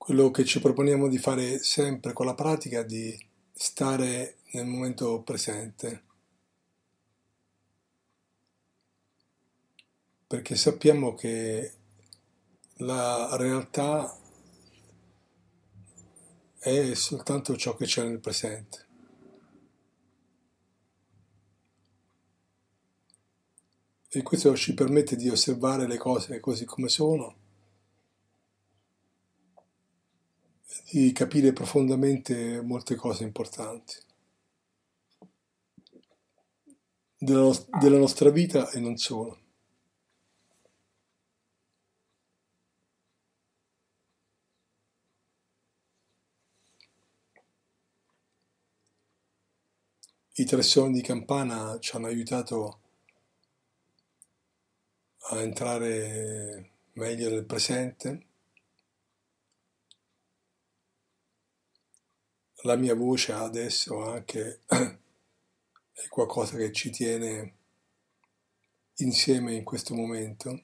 Quello che ci proponiamo di fare sempre con la pratica è di stare nel momento presente, perché sappiamo che la realtà è soltanto ciò che c'è nel presente e questo ci permette di osservare le cose così come sono, di capire profondamente molte cose importanti della nostra vita e non solo. I tre suoni di campana ci hanno aiutato a entrare meglio nel presente. La mia voce adesso anche è qualcosa che ci tiene insieme in questo momento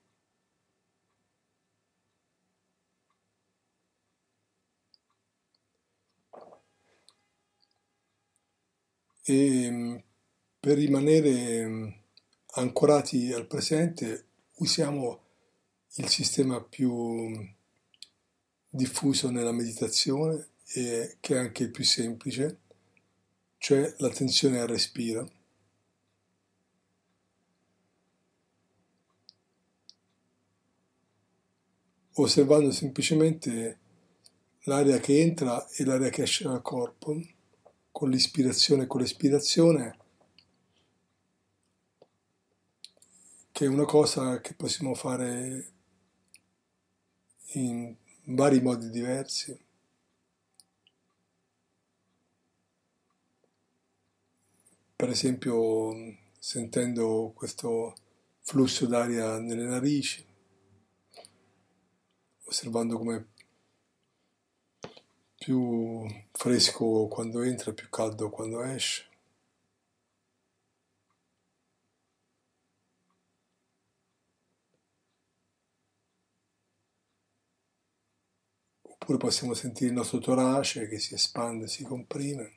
e per rimanere ancorati al presente usiamo il sistema più diffuso nella meditazione e che è anche il più semplice, cioè l'attenzione al respiro, osservando semplicemente l'aria che entra e l'aria che esce dal corpo, con l'ispirazione e con l'espirazione, che è una cosa che possiamo fare in vari modi diversi. Per esempio, sentendo questo flusso d'aria nelle narici, osservando come più fresco quando entra, più caldo quando esce. Oppure possiamo sentire il nostro torace che si espande, si comprime,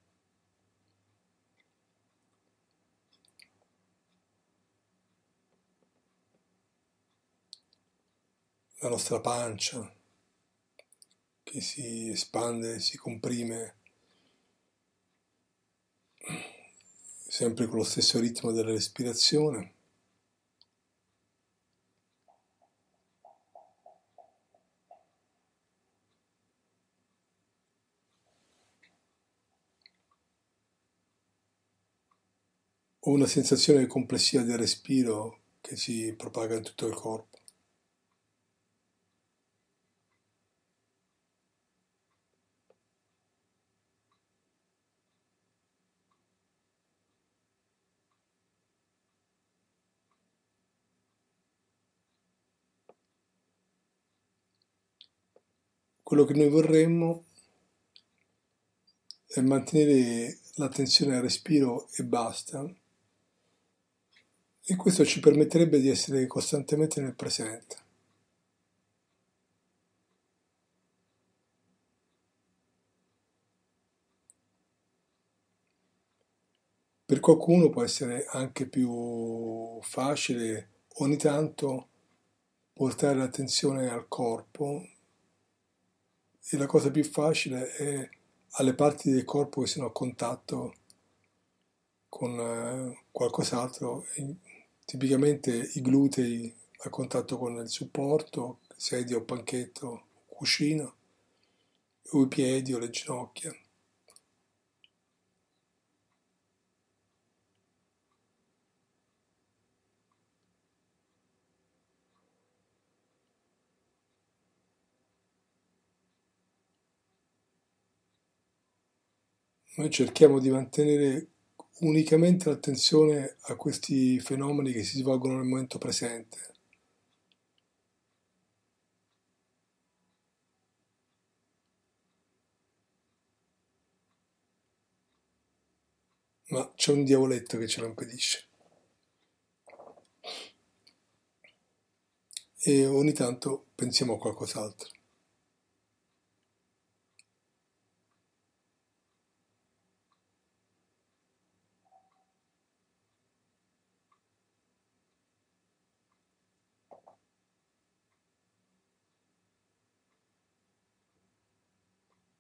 la nostra pancia che si espande, si comprime, sempre con lo stesso ritmo della respirazione. O una sensazione complessiva del respiro che si propaga in tutto il corpo. Quello che noi vorremmo è mantenere l'attenzione al respiro e basta, e questo ci permetterebbe di essere costantemente nel presente. Per qualcuno può essere anche più facile ogni tanto portare l'attenzione al corpo e la cosa più facile è alle parti del corpo che sono a contatto con qualcos'altro, tipicamente i glutei a contatto con il supporto, sedia o panchetto o cuscino, o i piedi o le ginocchia. Noi cerchiamo di mantenere unicamente l'attenzione a questi fenomeni che si svolgono nel momento presente. Ma c'è un diavoletto che ce lo impedisce e ogni tanto pensiamo a qualcos'altro.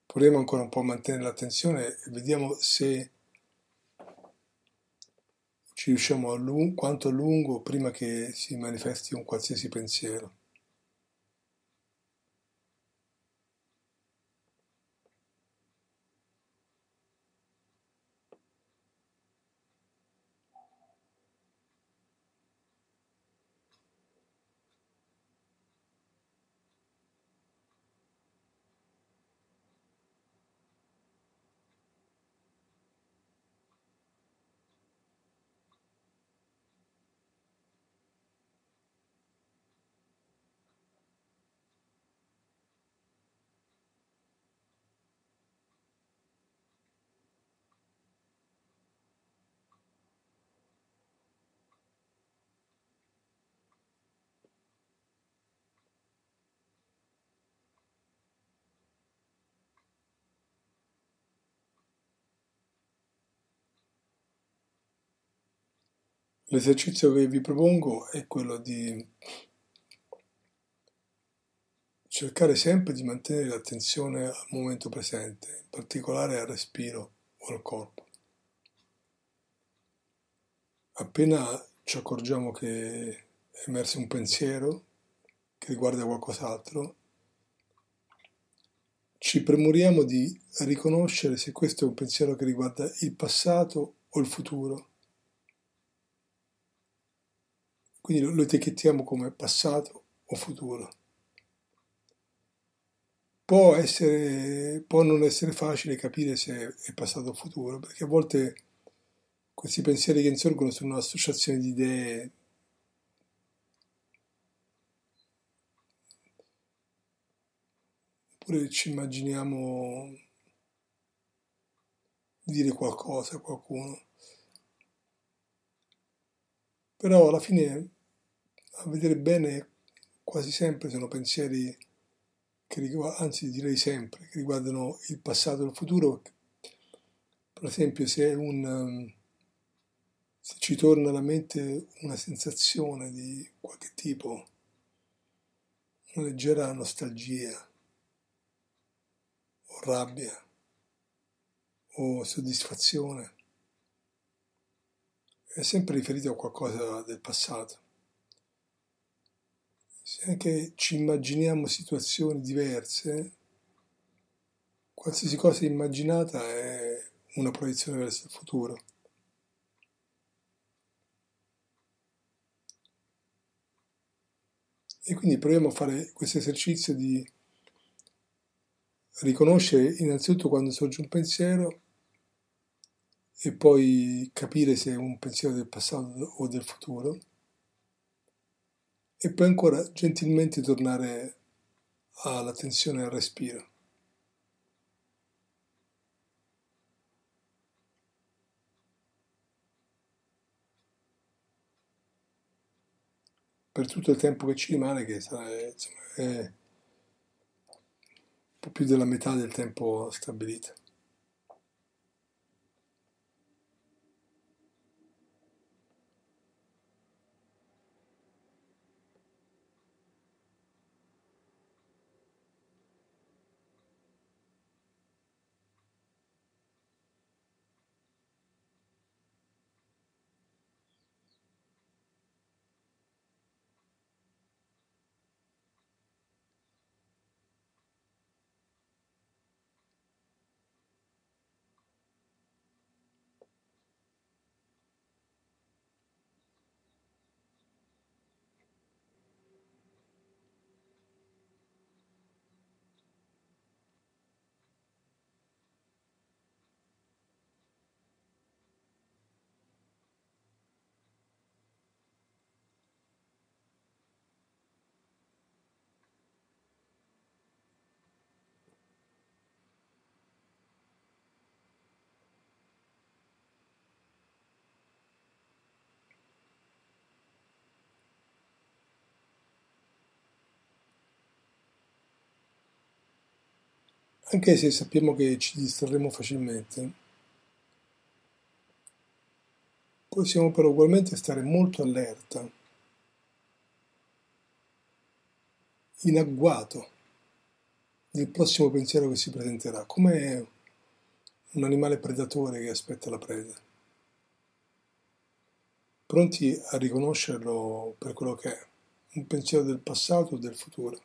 Proviamo ancora un po' a mantenere l'attenzione e vediamo se ci riusciamo quanto a lungo prima che si manifesti un qualsiasi pensiero. L'esercizio che vi propongo è quello di cercare sempre di mantenere l'attenzione al momento presente, in particolare al respiro o al corpo. Appena ci accorgiamo che è emerso un pensiero che riguarda qualcos'altro, ci premuriamo di riconoscere se questo è un pensiero che riguarda il passato o il futuro. Quindi lo etichettiamo come passato o futuro. Può non essere facile capire se è passato o futuro, perché a volte questi pensieri che insorgono sono un'associazione di idee, oppure ci immaginiamo di dire qualcosa a qualcuno. Però alla fine, a vedere bene, quasi sempre sono pensieri che riguardano, anzi direi sempre, che riguardano il passato e il futuro. Per esempio, se ci torna alla mente una sensazione di qualche tipo, una leggera nostalgia, o rabbia, o soddisfazione, è sempre riferito a qualcosa del passato. Se anche ci immaginiamo situazioni diverse, qualsiasi cosa immaginata è una proiezione verso il futuro. E quindi proviamo a fare questo esercizio di riconoscere innanzitutto quando sorge un pensiero e poi capire se è un pensiero del passato o del futuro e poi ancora gentilmente tornare all'attenzione al respiro. Per tutto il tempo che ci rimane, che sarà, insomma, è un po' più della metà del tempo stabilito. Anche se sappiamo che ci distrarremo facilmente, possiamo però ugualmente stare molto allerta, in agguato del prossimo pensiero che si presenterà, come un animale predatore che aspetta la preda, pronti a riconoscerlo per quello che è, un pensiero del passato o del futuro.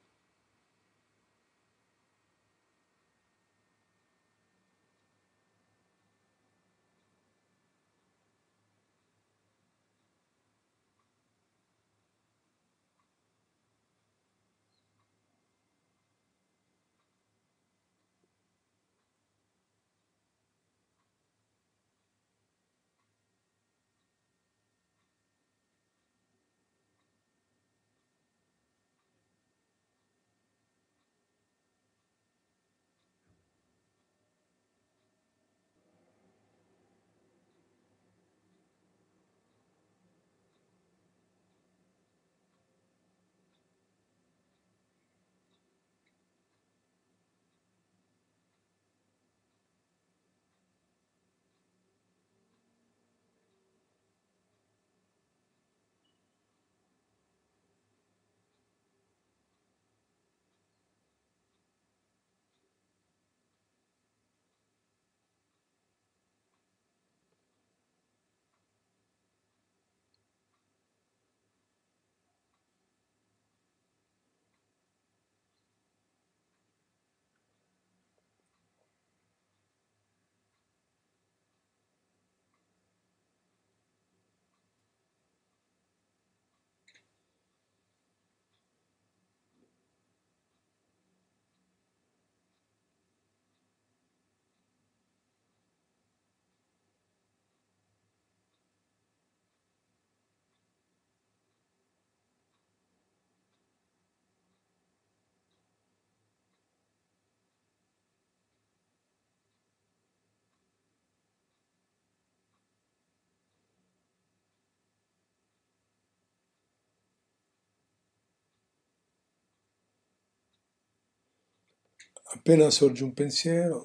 Appena sorge un pensiero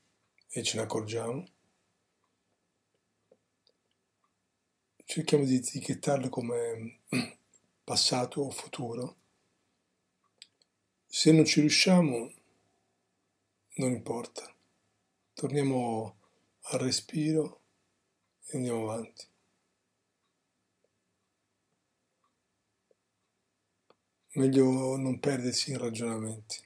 e ce ne accorgiamo, cerchiamo di etichettarlo come passato o futuro. Se non ci riusciamo, non importa, torniamo al respiro e andiamo avanti. Meglio non perdersi in ragionamenti.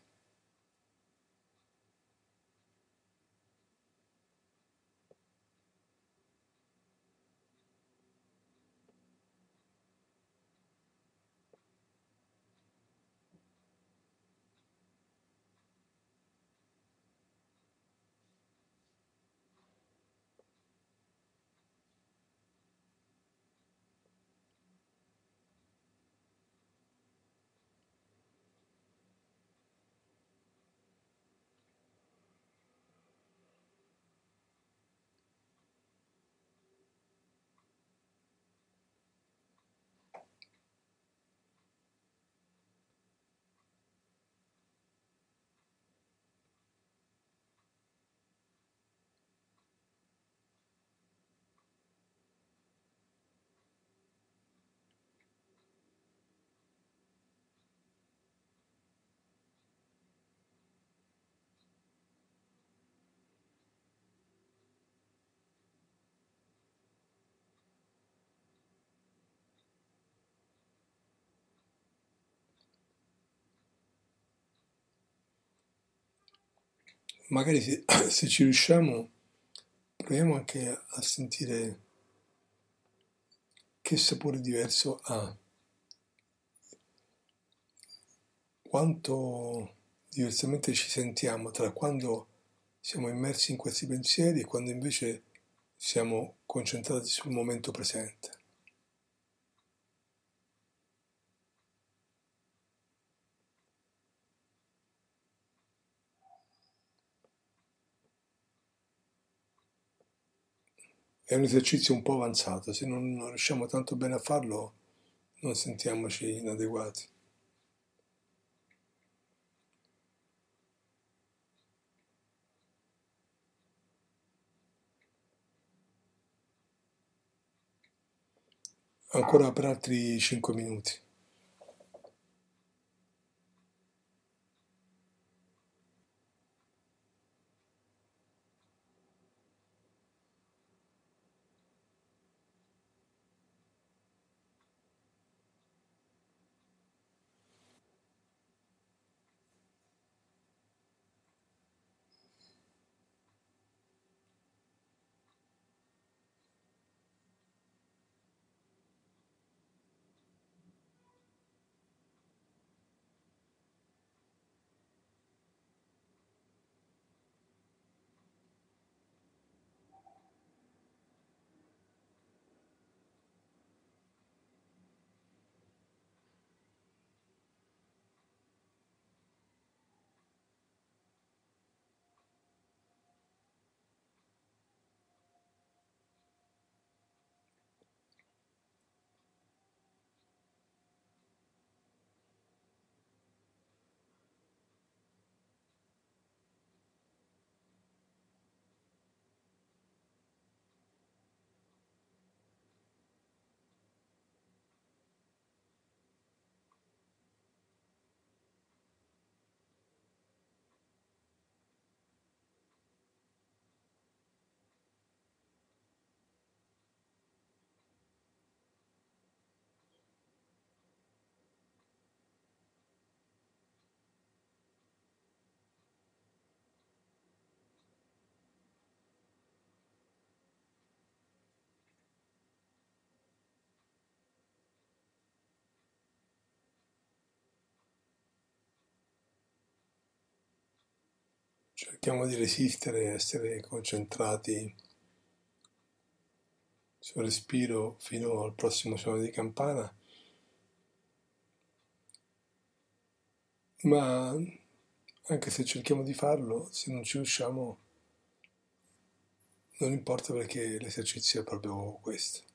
Magari se ci riusciamo, proviamo anche a sentire che sapore diverso ha, quanto diversamente ci sentiamo tra quando siamo immersi in questi pensieri e quando invece siamo concentrati sul momento presente. È un esercizio un po' avanzato, se non riusciamo tanto bene a farlo, non sentiamoci inadeguati. Ancora per altri 5 minuti. cerchiamo di resistere, essere concentrati sul respiro fino al prossimo suono di campana, ma anche se cerchiamo di farlo, se non ci riusciamo, non importa perché l'esercizio è proprio questo.